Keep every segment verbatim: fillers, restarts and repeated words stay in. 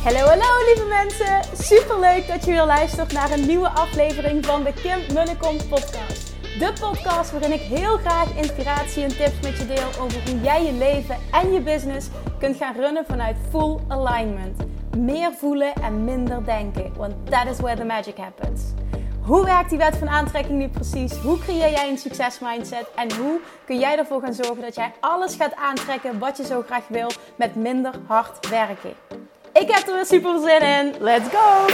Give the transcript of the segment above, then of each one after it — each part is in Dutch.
Hallo, hallo lieve mensen! Superleuk dat je weer luistert naar een nieuwe aflevering van de Kim Munnekom podcast. De podcast waarin ik heel graag inspiratie en tips met je deel over hoe jij je leven en je business kunt gaan runnen vanuit full alignment. Meer voelen en minder denken, want that is where the magic happens. Hoe werkt die wet van aantrekking nu precies? Hoe creëer jij een succesmindset? En hoe kun jij ervoor gaan zorgen dat jij alles gaat aantrekken wat je zo graag wil met minder hard werken? Ik heb er weer super zin in. Let's go!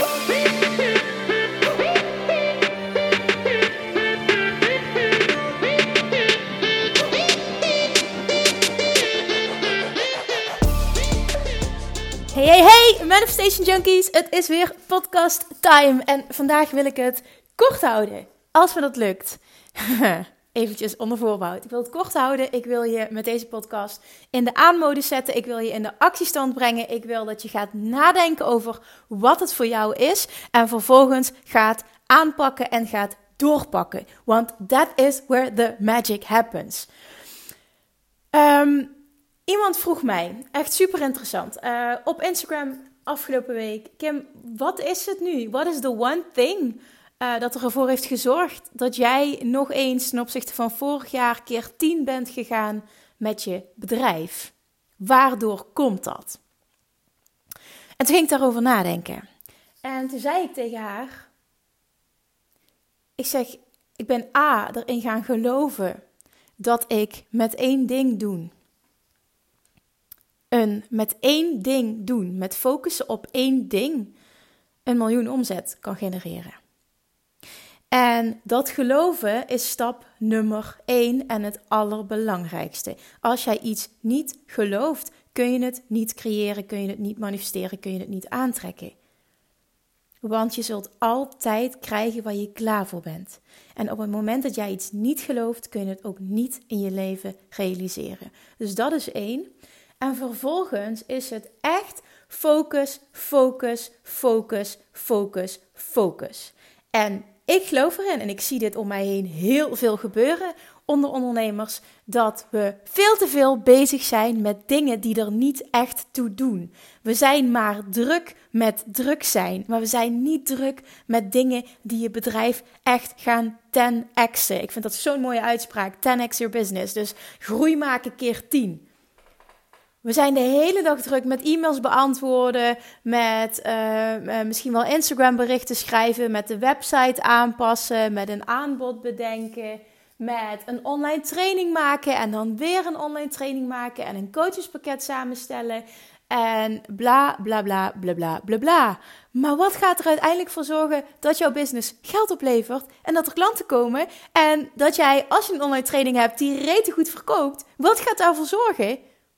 Hey, hey, hey, Manifestation Junkies. Het is weer podcast time. En vandaag wil ik het kort houden. Als me dat lukt. Eventjes onder voorbehoud. Ik wil het kort houden. Ik wil je met deze podcast in de aanmodus zetten. Ik wil je in de actiestand brengen. Ik wil dat je gaat nadenken over wat het voor jou is. En vervolgens gaat aanpakken en gaat doorpakken. Want that is where the magic happens. Um, iemand vroeg mij, echt super interessant, uh, op Instagram afgelopen week. Kim, wat is het nu? Wat is the one thing Uh, dat ervoor heeft gezorgd dat jij nog eens ten opzichte van vorig jaar keer tien bent gegaan met je bedrijf? Waardoor komt dat? En toen ging ik daarover nadenken. En toen zei ik tegen haar, ik zeg, ik ben A, erin gaan geloven dat ik met één ding doen. Een met één ding doen, met focussen op één ding, een miljoen omzet kan genereren. En dat geloven is stap nummer één en het allerbelangrijkste. Als jij iets niet gelooft, kun je het niet creëren, kun je het niet manifesteren, kun je het niet aantrekken. Want je zult altijd krijgen waar je klaar voor bent. En op het moment dat jij iets niet gelooft, kun je het ook niet in je leven realiseren. Dus dat is één. En vervolgens is het echt focus, focus, focus, focus, focus. En ik geloof erin, en ik zie dit om mij heen heel veel gebeuren onder ondernemers, dat we veel te veel bezig zijn met dingen die er niet echt toe doen. We zijn maar druk met druk zijn, maar we zijn niet druk met dingen die je bedrijf echt gaan ten x'en. Ik vind dat zo'n mooie uitspraak, ten x your business. Dus groei maken keer tien. We zijn de hele dag druk met e-mails beantwoorden, met uh, uh, misschien wel Instagram berichten schrijven, met de website aanpassen, met een aanbod bedenken, met een online training maken en dan weer een online training maken en een coachingspakket samenstellen en bla bla bla bla bla bla bla. Maar wat gaat er uiteindelijk voor zorgen dat jouw business geld oplevert en dat er klanten komen en dat jij, als je een online training hebt die rete goed verkoopt, wat gaat daarvoor zorgen?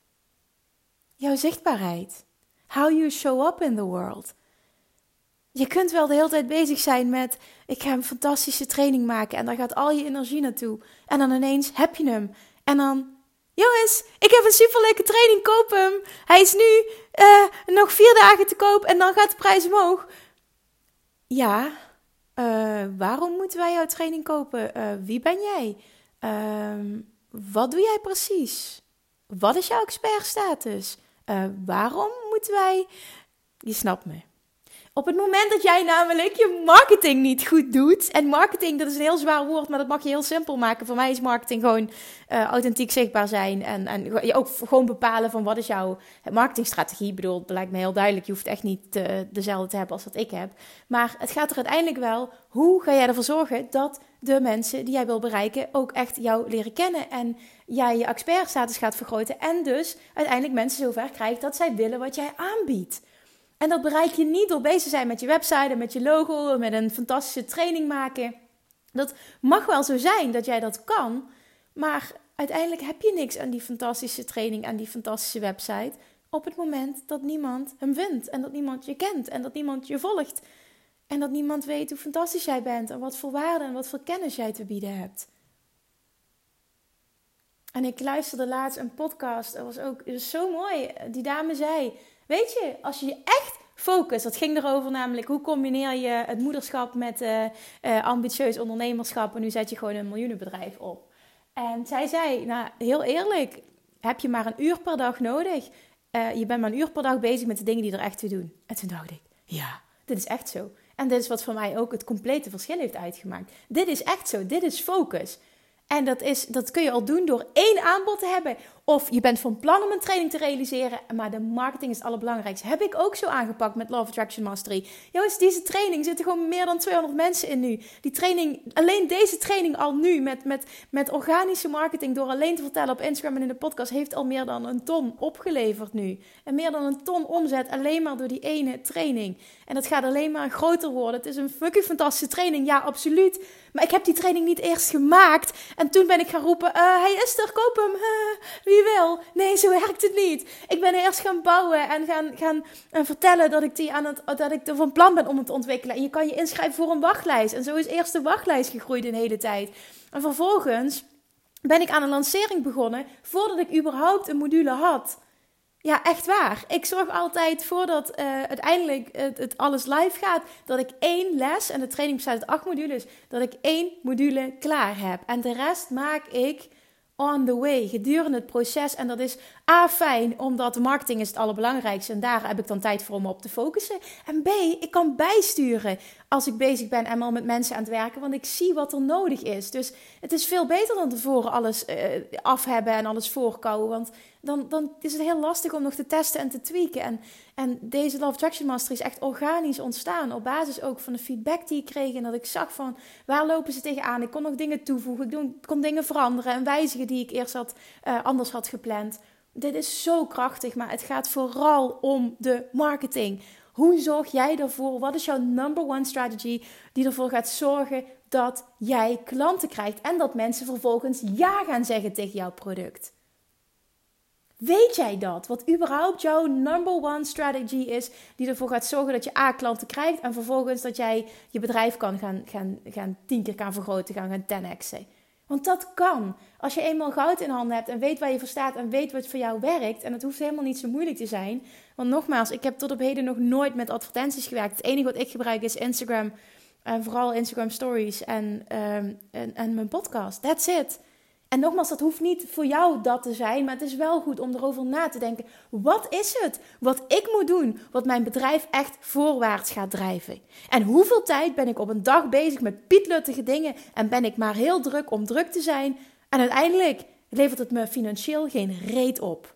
Jouw zichtbaarheid. How you show up in the world. Je kunt wel de hele tijd bezig zijn met, ik ga een fantastische training maken en daar gaat al je energie naartoe. En dan ineens heb je hem. En dan, jongens, ik heb een superleuke training, koop hem. Hij is nu uh, nog vier dagen te koop en dan gaat de prijs omhoog. Ja, uh, waarom moeten wij jouw training kopen? Uh, wie ben jij? Uh, wat doe jij precies? Wat is jouw expertstatus? Uh, waarom moeten wij... Je snapt me. Op het moment dat jij namelijk je marketing niet goed doet... En marketing, dat is een heel zwaar woord, maar dat mag je heel simpel maken. Voor mij is marketing gewoon uh, authentiek zichtbaar zijn. En, en je ook gewoon bepalen van wat is jouw marketingstrategie. Ik bedoel, dat lijkt me heel duidelijk. Je hoeft echt niet uh, dezelfde te hebben als wat ik heb. Maar het gaat er uiteindelijk wel... Hoe ga jij ervoor zorgen dat de mensen die jij wil bereiken... ook echt jou leren kennen en jij je expertstatus gaat vergroten. En dus uiteindelijk mensen zover krijgt dat zij willen wat jij aanbiedt. En dat bereik je niet door bezig te zijn met je website en met je logo, met een fantastische training maken. Dat mag wel zo zijn dat jij dat kan, maar uiteindelijk heb je niks aan die fantastische training, aan die fantastische website, op het moment dat niemand hem vindt en dat niemand je kent en dat niemand je volgt. En dat niemand weet hoe fantastisch jij bent en wat voor waarde en wat voor kennis jij te bieden hebt. En ik luisterde laatst een podcast, dat was ook zo mooi. Die dame zei, weet je, als je je echt focust, dat ging erover namelijk, hoe combineer je het moederschap met uh, uh, ambitieus ondernemerschap en nu zet je gewoon een miljoenenbedrijf op. En zij zei, nou heel eerlijk, heb je maar een uur per dag nodig. uh, je bent maar een uur per dag bezig met de dingen die er echt toe doen. En toen dacht ik, ja, dit is echt zo. En dit is wat voor mij ook het complete verschil heeft uitgemaakt. Dit is echt zo, dit is focus. En dat, is, dat kun je al doen door één aanbod te hebben. Of je bent van plan om een training te realiseren. Maar de marketing is het allerbelangrijkste. Heb ik ook zo aangepakt met Law of Attraction Mastery. Jongens, deze training zitten gewoon meer dan tweehonderd mensen in nu. Die training, alleen deze training al nu met, met, met organische marketing. Door alleen te vertellen op Instagram en in de podcast. Heeft al meer dan een ton opgeleverd nu. En meer dan een ton omzet alleen maar door die ene training. En dat gaat alleen maar groter worden. Het is een fucking fantastische training. Ja, absoluut. Maar ik heb die training niet eerst gemaakt. En toen ben ik gaan roepen, uh, hij is er, koop hem. Uh, wie wil? Nee, zo werkt het niet. Ik ben eerst gaan bouwen en gaan, gaan uh, vertellen dat ik, die aan het, dat ik er van plan ben om het te ontwikkelen. En je kan je inschrijven voor een wachtlijst. En zo is eerst de wachtlijst gegroeid een hele tijd. En vervolgens ben ik aan een lancering begonnen voordat ik überhaupt een module had. Ja, echt waar. Ik zorg altijd voordat uh, uiteindelijk het, het alles live gaat, dat ik één les, en de training bestaat uit acht modules, dat ik één module klaar heb. En de rest maak ik on the way, gedurende het proces. En dat is A, fijn, omdat de marketing is het allerbelangrijkste. En daar heb ik dan tijd voor om op te focussen. En B, ik kan bijsturen als ik bezig ben en al met mensen aan het werken. Want ik zie wat er nodig is. Dus het is veel beter dan tevoren alles uh, af hebben en alles voorkouwen. Want dan, dan is het heel lastig om nog te testen en te tweaken. En, en deze Law of Attraction Mastery is echt organisch ontstaan. Op basis ook van de feedback die ik kreeg. En dat ik zag van, waar lopen ze tegenaan? Ik kon nog dingen toevoegen. Ik kon dingen veranderen en wijzigen die ik eerst had, uh, anders had gepland. Dit is zo krachtig, maar het gaat vooral om de marketing. Hoe zorg jij ervoor? Wat is jouw number one strategy die ervoor gaat zorgen dat jij klanten krijgt en dat mensen vervolgens ja gaan zeggen tegen jouw product? Weet jij dat? Wat überhaupt jouw number one strategy is die ervoor gaat zorgen dat je A, klanten krijgt en vervolgens dat jij je bedrijf kan gaan, gaan, gaan tien keer gaan vergroten, gaan gaan ten x'en. Want dat kan. Als je eenmaal goud in handen hebt en weet waar je voor staat en weet wat voor jou werkt. En het hoeft helemaal niet zo moeilijk te zijn. Want nogmaals, ik heb tot op heden nog nooit met advertenties gewerkt. Het enige wat ik gebruik is Instagram. En vooral Instagram stories en, um, en, en mijn podcast. That's it. En nogmaals, dat hoeft niet voor jou dat te zijn. Maar het is wel goed om erover na te denken. Wat is het wat ik moet doen? Wat mijn bedrijf echt voorwaarts gaat drijven? En hoeveel tijd ben ik op een dag bezig met pietluttige dingen? En ben ik maar heel druk om druk te zijn? En uiteindelijk levert het me financieel geen reet op.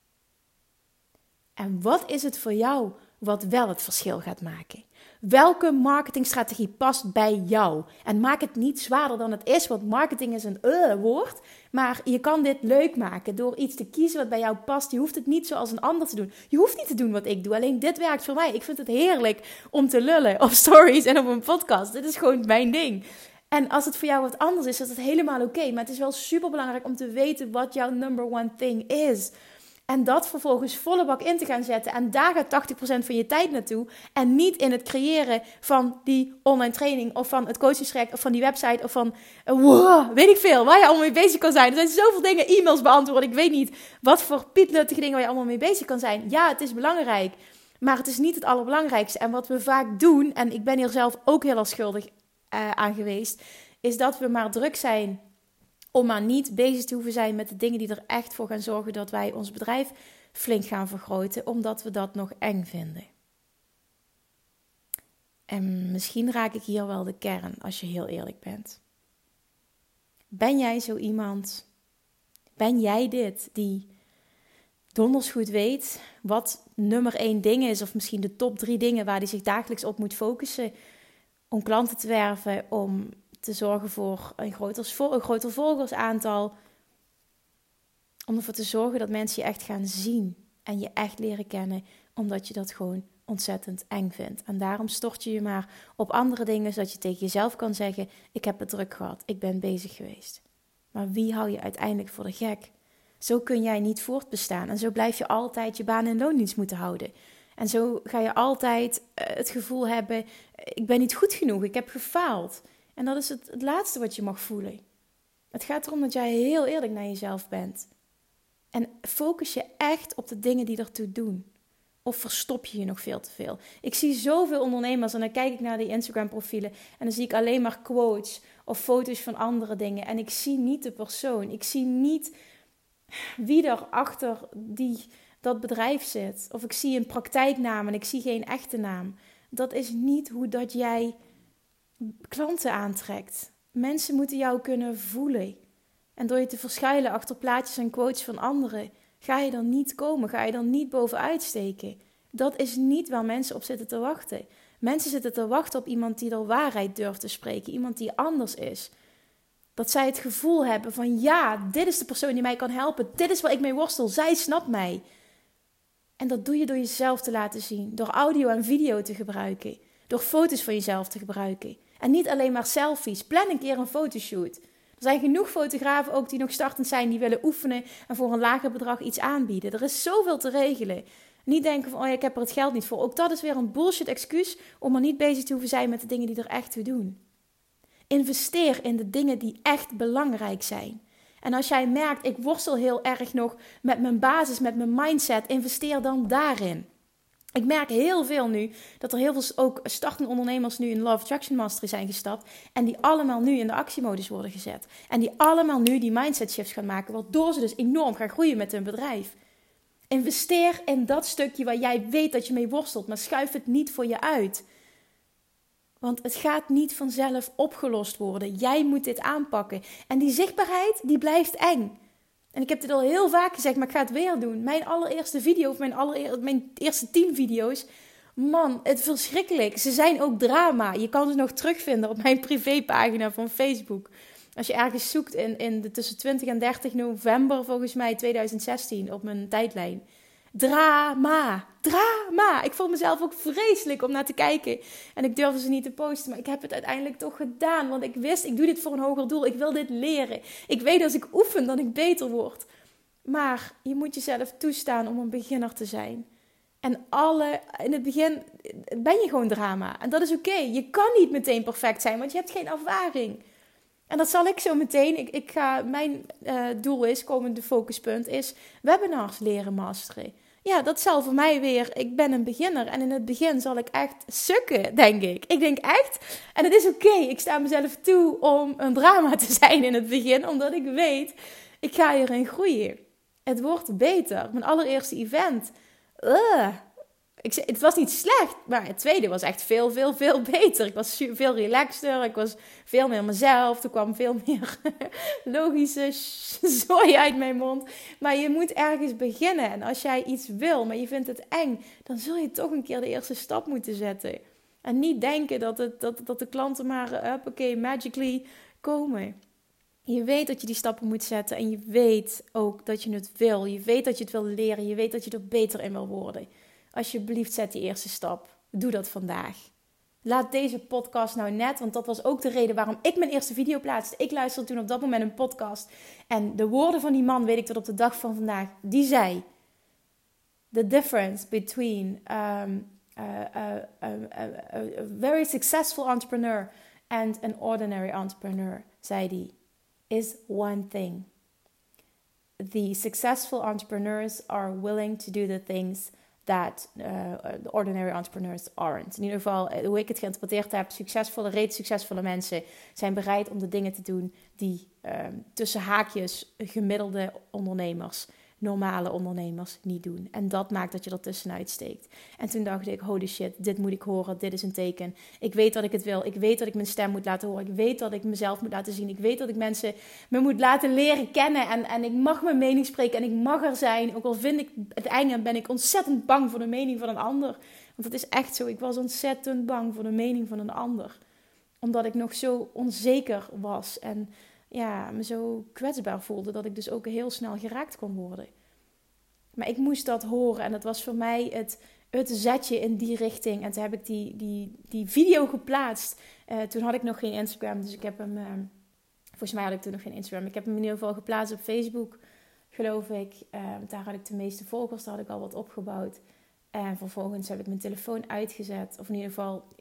En wat is het voor jou wat wel het verschil gaat maken? Welke marketingstrategie past bij jou? En maak het niet zwaarder dan het is, want marketing is een uh, woord. Maar je kan dit leuk maken door iets te kiezen wat bij jou past. Je hoeft het niet zoals een ander te doen. Je hoeft niet te doen wat ik doe, alleen dit werkt voor mij. Ik vind het heerlijk om te lullen op stories en op een podcast. Dit is gewoon mijn ding. En als het voor jou wat anders is, is het helemaal oké. Okay. Maar het is wel super belangrijk om te weten wat jouw number one thing is. En dat vervolgens volle bak in te gaan zetten. En daar gaat tachtig procent van je tijd naartoe. En niet in het creëren van die online training. Of van het coachingstraject. Of van die website. Of van, uh, wow, weet ik veel. Waar je allemaal mee bezig kan zijn. Er zijn zoveel dingen. E-mails beantwoorden. Ik weet niet wat voor pietluttige dingen waar je allemaal mee bezig kan zijn. Ja, het is belangrijk. Maar het is niet het allerbelangrijkste. En wat we vaak doen. En ik ben hier zelf ook heel erg schuldig uh, aan geweest. Is dat we maar druk zijn. Om maar niet bezig te hoeven zijn met de dingen die er echt voor gaan zorgen dat wij ons bedrijf flink gaan vergroten, omdat we dat nog eng vinden. En misschien raak ik hier wel de kern, als je heel eerlijk bent. Ben jij zo iemand? Ben jij dit die donders goed weet wat nummer één ding is, of misschien de top drie dingen waar hij zich dagelijks op moet focussen om klanten te werven, om te zorgen voor een groter, een groter volgersaantal. Om ervoor te zorgen dat mensen je echt gaan zien en je echt leren kennen, omdat je dat gewoon ontzettend eng vindt. En daarom stort je je maar op andere dingen, zodat je tegen jezelf kan zeggen, ik heb het druk gehad, ik ben bezig geweest. Maar wie hou je uiteindelijk voor de gek? Zo kun jij niet voortbestaan en zo blijf je altijd je baan en loondienst moeten houden. En zo ga je altijd uh, het gevoel hebben, ik ben niet goed genoeg, ik heb gefaald. En dat is het, het laatste wat je mag voelen. Het gaat erom dat jij heel eerlijk naar jezelf bent. En focus je echt op de dingen die ertoe doen. Of verstop je je nog veel te veel. Ik zie zoveel ondernemers en dan kijk ik naar die Instagram profielen. En dan zie ik alleen maar quotes of foto's van andere dingen. En ik zie niet de persoon. Ik zie niet wie er achter die dat bedrijf zit. Of ik zie een praktijknaam en ik zie geen echte naam. Dat is niet hoe dat jij klanten aantrekt. Mensen moeten jou kunnen voelen. En door je te verschuilen achter plaatjes en quotes van anderen, ga je dan niet komen, ga je dan niet bovenuit steken. Dat is niet waar mensen op zitten te wachten. Mensen zitten te wachten op iemand die de waarheid durft te spreken. Iemand die anders is. Dat zij het gevoel hebben van ja, dit is de persoon die mij kan helpen. Dit is waar ik mee worstel. Zij snapt mij. En dat doe je door jezelf te laten zien. Door audio en video te gebruiken. Door foto's van jezelf te gebruiken. En niet alleen maar selfies. Plan een keer een fotoshoot. Er zijn genoeg fotografen ook die nog startend zijn. Die willen oefenen en voor een lager bedrag iets aanbieden. Er is zoveel te regelen. Niet denken van, oh ja, ik heb er het geld niet voor. Ook dat is weer een bullshit excuus om er niet bezig te hoeven zijn met de dingen die er echt toe doen. Investeer in de dingen die echt belangrijk zijn. En als jij merkt, ik worstel heel erg nog met mijn basis, met mijn mindset, investeer dan daarin. Ik merk heel veel nu dat er heel veel ook startende ondernemers nu in Law of Attraction Mastery zijn gestapt. En die allemaal nu in de actiemodus worden gezet. En die allemaal nu die mindset shifts gaan maken, waardoor ze dus enorm gaan groeien met hun bedrijf. Investeer in dat stukje waar jij weet dat je mee worstelt, maar schuif het niet voor je uit. Want het gaat niet vanzelf opgelost worden. Jij moet dit aanpakken. En die zichtbaarheid, die blijft eng. En ik heb dit al heel vaak gezegd, maar ik ga het weer doen. Mijn allereerste video, of mijn, allereer, mijn eerste tien video's. Man, het is verschrikkelijk. Ze zijn ook drama. Je kan ze nog terugvinden op mijn privépagina van Facebook. Als je ergens zoekt in, in de tussen twintig en dertig november, volgens mij twintig zestien, op mijn tijdlijn. Drama, drama. Ik vond mezelf ook vreselijk om naar te kijken. En ik durfde ze niet te posten, maar ik heb het uiteindelijk toch gedaan. Want ik wist, ik doe dit voor een hoger doel. Ik wil dit leren. Ik weet als ik oefen, dat ik beter word. Maar je moet jezelf toestaan om een beginner te zijn. En alle, in het begin ben je gewoon drama. En dat is oké. Okay. Je kan niet meteen perfect zijn, want je hebt geen ervaring. En dat zal ik zo meteen. Ik, ik ga, mijn uh, doel is, komende focuspunt, is webinars leren masteren. Ja, dat zal voor mij weer, ik ben een beginner. En in het begin zal ik echt sukken, denk ik. Ik denk echt, en het is oké. Okay, ik sta mezelf toe om een drama te zijn in het begin. Omdat ik weet, ik ga hierin groeien. Het wordt beter. Mijn allereerste event. Uh, Ik zei, het was niet slecht, maar het tweede was echt veel, veel, veel beter. Ik was veel relaxter, ik was veel meer mezelf. Er kwam veel meer logische zooi uit mijn mond. Maar je moet ergens beginnen. En als jij iets wil, maar je vindt het eng, dan zul je toch een keer de eerste stap moeten zetten. En niet denken dat, het, dat, dat de klanten maar, uh, oké, magically komen. Je weet dat je die stappen moet zetten en je weet ook dat je het wil. Je weet dat je het wil leren, je weet dat je er beter in wil worden. Alsjeblieft, zet die eerste stap. Doe dat vandaag. Laat deze podcast nou net, want dat was ook de reden waarom ik mijn eerste video plaatste. Ik luisterde toen op dat moment een podcast. En de woorden van die man, weet ik tot op de dag van vandaag, die zei: The difference between um, a, a, a, a, a very successful entrepreneur and an ordinary entrepreneur, zei hij, is one thing. The successful entrepreneurs are willing to do the things that uh, the ordinary entrepreneurs aren't. In ieder geval, hoe ik het geïnterpreteerd heb, succesvolle, reeds succesvolle mensen zijn bereid om de dingen te doen die um, tussen haakjes gemiddelde ondernemers, normale ondernemers niet doen. En dat maakt dat je er tussenuit steekt. En toen dacht ik, holy shit, dit moet ik horen, dit is een teken. Ik weet dat ik het wil, ik weet dat ik mijn stem moet laten horen, ik weet dat ik mezelf moet laten zien, ik weet dat ik mensen me moet laten leren kennen en, en ik mag mijn mening spreken en ik mag er zijn. Ook al vind ik het eng en ben ik ontzettend bang voor de mening van een ander. Want het is echt zo, ik was ontzettend bang voor de mening van een ander. Omdat ik nog zo onzeker was en ja, me zo kwetsbaar voelde dat ik dus ook heel snel geraakt kon worden. Maar ik moest dat horen en dat was voor mij het, het zetje in die richting. En toen heb ik die, die, die video geplaatst. Uh, toen had ik nog geen Instagram, dus ik heb hem... Uh, volgens mij had ik toen nog geen Instagram. Ik heb hem in ieder geval geplaatst op Facebook, geloof ik. Uh, daar had ik de meeste volgers, daar had ik al wat opgebouwd. En vervolgens heb ik mijn telefoon uitgezet. Of in ieder geval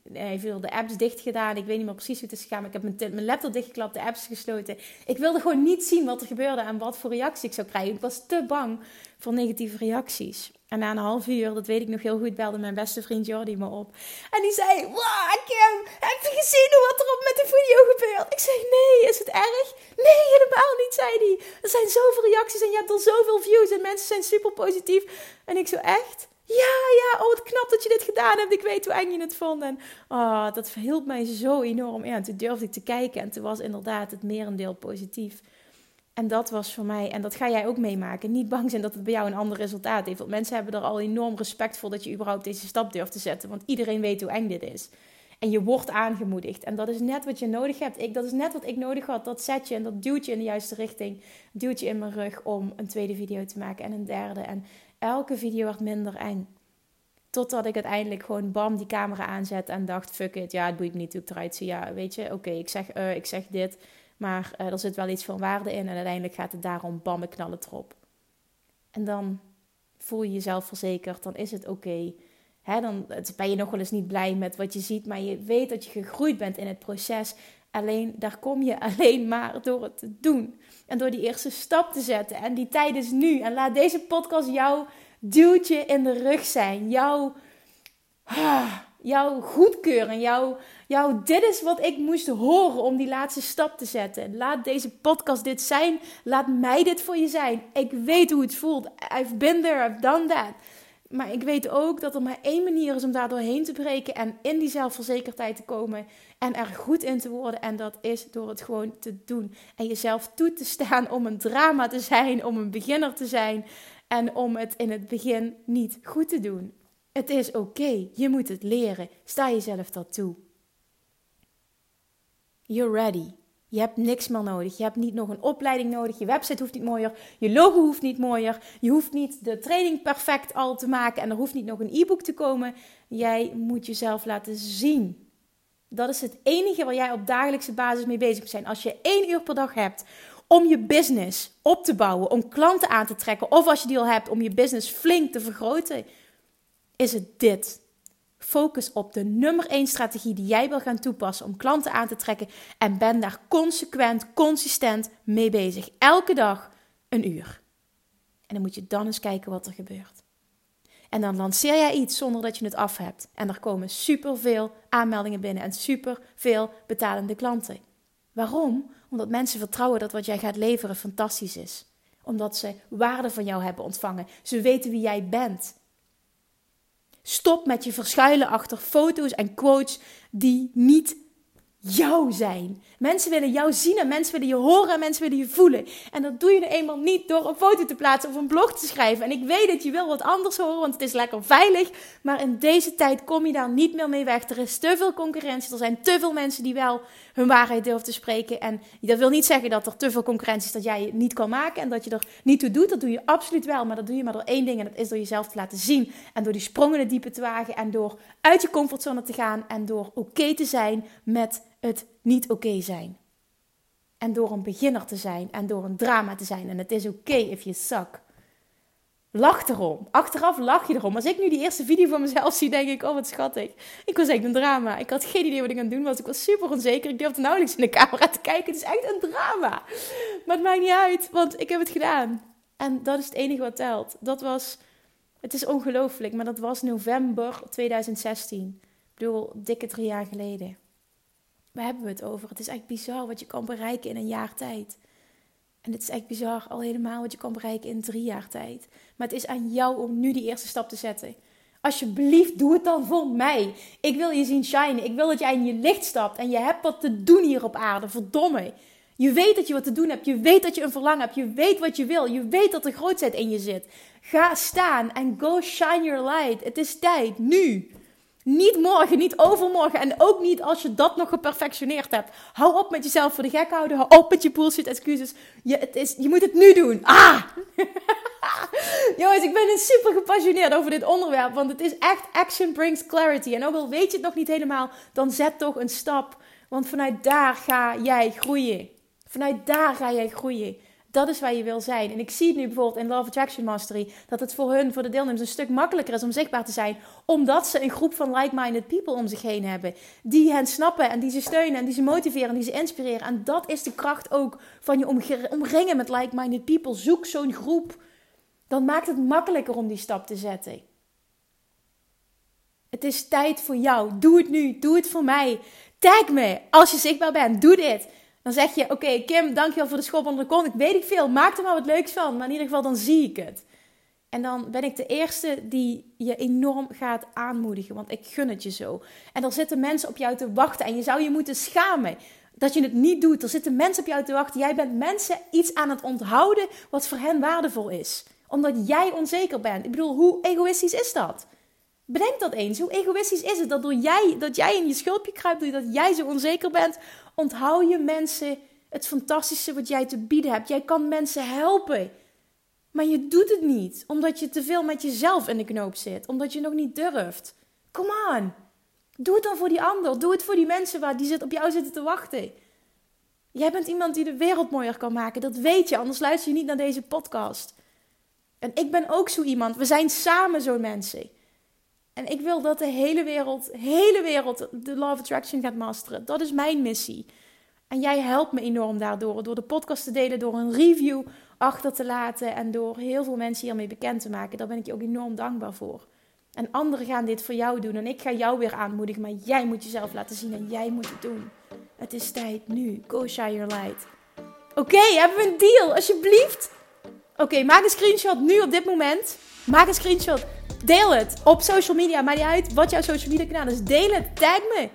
nee, veel de apps dicht gedaan. Ik weet niet meer precies hoe het is gegaan. Maar ik heb mijn, mijn laptop dichtgeklapt, de apps gesloten. Ik wilde gewoon niet zien wat er gebeurde en wat voor reacties ik zou krijgen. Ik was te bang voor negatieve reacties. En na een half uur, dat weet ik nog heel goed, belde mijn beste vriend Jordi me op. En die zei, wow Kim, heb je gezien wat er op met de video gebeurt? Ik zei, nee, is het erg? Nee, helemaal niet, zei hij. Er zijn zoveel reacties en je hebt al zoveel views en mensen zijn super positief. En ik zo, echt? Ja, ja, oh wat knap dat je dit gedaan hebt. Ik weet hoe eng je het vond. En oh, dat hielp mij zo enorm. Ja, toen durfde ik te kijken en toen was inderdaad het merendeel positief. En dat was voor mij, en dat ga jij ook meemaken, niet bang zijn dat het bij jou een ander resultaat heeft. Want mensen hebben er al enorm respect voor dat je überhaupt deze stap durft te zetten. Want iedereen weet hoe eng dit is. En je wordt aangemoedigd. En dat is net wat je nodig hebt. Ik, dat is net wat ik nodig had. Dat zet je en dat duwt je in de juiste richting. Duwt je in mijn rug om een tweede video te maken en een derde. En elke video werd minder eng. Totdat ik uiteindelijk gewoon bam die camera aanzet en dacht, fuck it, ja het boeit me niet hoe ik eruit zie. Ja, weet je, oké, okay, ik, zeg, uh, ik zeg dit. Maar uh, er zit wel iets van waarde in en uiteindelijk gaat het daarom bam, ik knal het erop. En dan voel je jezelf verzekerd, dan is het oké. Okay. Dan ben je nog wel eens niet blij met wat je ziet, maar je weet dat je gegroeid bent in het proces. Alleen, daar kom je alleen maar door het te doen. En door die eerste stap te zetten. En die tijd is nu. En laat deze podcast jouw duwtje in de rug zijn. Jouw, jouw goedkeuren. Jouw, jouw dit is wat ik moest horen om die laatste stap te zetten. Laat deze podcast dit zijn. Laat mij dit voor je zijn. Ik weet hoe het voelt. I've been there, I've done that. Maar ik weet ook dat er maar één manier is om daar doorheen te breken en in die zelfverzekerdheid te komen en er goed in te worden. En dat is door het gewoon te doen. En jezelf toe te staan om een drama te zijn, om een beginner te zijn en om het in het begin niet goed te doen. Het is oké, okay. Je moet het leren. Sta jezelf dat toe. You're ready. Je hebt niks meer nodig. Je hebt niet nog een opleiding nodig. Je website hoeft niet mooier. Je logo hoeft niet mooier. Je hoeft niet de training perfect al te maken. En er hoeft niet nog een e-book te komen. Jij moet jezelf laten zien. Dat is het enige waar jij op dagelijkse basis mee bezig moet zijn. Als je één uur per dag hebt om je business op te bouwen. Om klanten aan te trekken. Of als je die al hebt om je business flink te vergroten. Is het dit. Focus op de nummer één strategie die jij wil gaan toepassen om klanten aan te trekken. En ben daar consequent, consistent mee bezig. Elke dag een uur. En dan moet je dan eens kijken wat er gebeurt. En dan lanceer jij iets zonder dat je het af hebt. En er komen superveel aanmeldingen binnen en superveel betalende klanten. Waarom? Omdat mensen vertrouwen dat wat jij gaat leveren fantastisch is. Omdat ze waarde van jou hebben ontvangen. Ze weten wie jij bent. Stop met je verschuilen achter foto's en quotes die niet jou zijn. Mensen willen jou zien en mensen willen je horen en mensen willen je voelen. En dat doe je nou eenmaal niet door een foto te plaatsen of een blog te schrijven. En ik weet dat je wil wat anders horen, want het is lekker veilig. Maar in deze tijd kom je daar niet meer mee weg. Er is te veel concurrentie. Er zijn te veel mensen die wel hun waarheid durven te spreken. En dat wil niet zeggen dat er te veel concurrentie is dat jij het niet kan maken. En dat je er niet toe doet. Dat doe je absoluut wel. Maar dat doe je maar door één ding. En dat is door jezelf te laten zien. En door die sprongen in het diepe te wagen. En door uit je comfortzone te gaan. En door oké te zijn met het niet oké zijn. En door een beginner te zijn. En door een drama te zijn. En het is oké if you suck. Lach erom. Achteraf lach je erom. Als ik nu die eerste video van mezelf zie, denk ik, oh wat schattig. Ik was echt een drama. Ik had geen idee wat ik aan het doen was. Ik was super onzeker. Ik durfde nauwelijks in de camera te kijken. Het is echt een drama. Maar het maakt niet uit, want ik heb het gedaan. En dat is het enige wat telt. Dat was, het is ongelooflijk, maar dat was november tweeduizend zestien. Ik bedoel, dikke drie jaar geleden. Waar hebben we het over? Het is echt bizar wat je kan bereiken in een jaar tijd. En het is echt bizar al helemaal wat je kan bereiken in drie jaar tijd. Maar het is aan jou om nu die eerste stap te zetten. Alsjeblieft, doe het dan voor mij. Ik wil je zien shinen. Ik wil dat jij in je licht stapt. En je hebt wat te doen hier op aarde. Verdomme. Je weet dat je wat te doen hebt. Je weet dat je een verlangen hebt. Je weet wat je wil. Je weet dat er grootheid in je zit. Ga staan en go shine your light. Het is tijd. Nu. Niet morgen, niet overmorgen en ook niet als je dat nog geperfectioneerd hebt. Hou op met jezelf voor de gek houden. Hou op met je bullshit excuses. Je, het is, je moet het nu doen. Ah! Jongens, ik ben super gepassioneerd over dit onderwerp. Want het is echt action brings clarity. En ook al weet je het nog niet helemaal, dan zet toch een stap. Want vanuit daar ga jij groeien. Vanuit daar ga jij groeien. Dat is waar je wil zijn. En ik zie het nu bijvoorbeeld in Law of Attraction Mastery, dat het voor hun, voor de deelnemers, een stuk makkelijker is om zichtbaar te zijn, omdat ze een groep van like-minded people om zich heen hebben, die hen snappen en die ze steunen en die ze motiveren en die ze inspireren. En dat is de kracht ook van je omringen met like-minded people. Zoek zo'n groep. Dan maakt het makkelijker om die stap te zetten. Het is tijd voor jou. Doe het nu. Doe het voor mij. Tag me als je zichtbaar bent. Doe dit. Dan zeg je, oké okay, Kim, dankjewel voor de schop onder de kont. Ik weet ik veel. Maak er maar wat leuks van. Maar in ieder geval, dan zie ik het. En dan ben ik de eerste die je enorm gaat aanmoedigen. Want ik gun het je zo. En er zitten mensen op jou te wachten. En je zou je moeten schamen dat je het niet doet. Er zitten mensen op jou te wachten. Jij bent mensen iets aan het onthouden wat voor hen waardevol is. Omdat jij onzeker bent. Ik bedoel, hoe egoïstisch is dat? Bedenk dat eens. Hoe egoïstisch is het dat, door jij, dat jij in je schulpje kruipt, doordat jij zo onzeker bent, onthoud je mensen het fantastische wat jij te bieden hebt. Jij kan mensen helpen. Maar je doet het niet. Omdat je te veel met jezelf in de knoop zit. Omdat je nog niet durft. Come on. Doe het dan voor die ander. Doe het voor die mensen waar die op jou zitten te wachten. Jij bent iemand die de wereld mooier kan maken. Dat weet je. Anders luister je niet naar deze podcast. En ik ben ook zo iemand. We zijn samen zo'n mensen. En ik wil dat de hele wereld, hele wereld de Law of Attraction gaat masteren. Dat is mijn missie. En jij helpt me enorm daardoor. Door de podcast te delen, door een review achter te laten. En door heel veel mensen hiermee bekend te maken. Daar ben ik je ook enorm dankbaar voor. En anderen gaan dit voor jou doen. En ik ga jou weer aanmoedigen. Maar jij moet jezelf laten zien en jij moet het doen. Het is tijd nu. Go shine your light. Oké, okay, hebben we een deal? Alsjeblieft. Oké, okay, maak een screenshot nu op dit moment. Maak een screenshot. Deel het op social media. Maakt niet uit wat jouw social media kanaal is. Deel het. Tag me.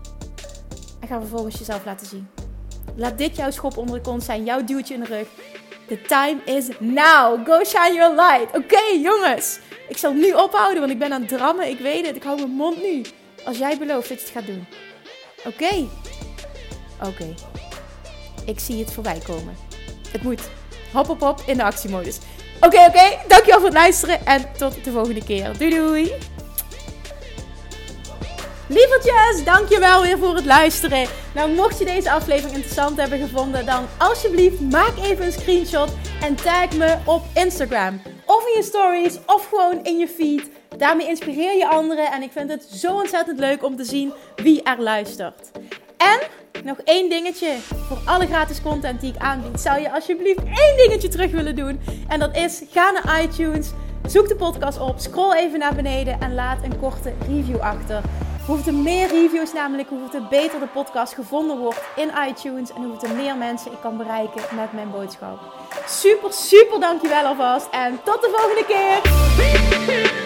En ga vervolgens jezelf laten zien. Laat dit jouw schop onder de kont zijn. Jouw duwtje in de rug. The time is now. Go shine your light. Oké, okay, jongens. Ik zal nu ophouden, want ik ben aan het drammen. Ik weet het. Ik hou mijn mond nu. Als jij belooft dat je het gaat doen. Oké. Okay. Oké. Okay. Ik zie het voorbij komen. Het moet. Hop, hop, hop in de actiemodus. Oké, okay, oké. Okay. Dankjewel voor het luisteren. En tot de volgende keer. Doei, doei. Lievertjes, dankjewel weer voor het luisteren. Nou, mocht je deze aflevering interessant hebben gevonden, dan alsjeblieft maak even een screenshot en tag me op Instagram. Of in je stories, of gewoon in je feed. Daarmee inspireer je anderen en ik vind het zo ontzettend leuk om te zien wie er luistert. En nog één dingetje voor alle gratis content die ik aanbied. Zou je alsjeblieft één dingetje terug willen doen? En dat is, ga naar iTunes, zoek de podcast op, scroll even naar beneden en laat een korte review achter. Hoe er meer reviews namelijk, hoe er beter de podcast gevonden wordt in iTunes. En hoe er meer mensen ik kan bereiken met mijn boodschap. Super, super dankjewel alvast. En tot de volgende keer.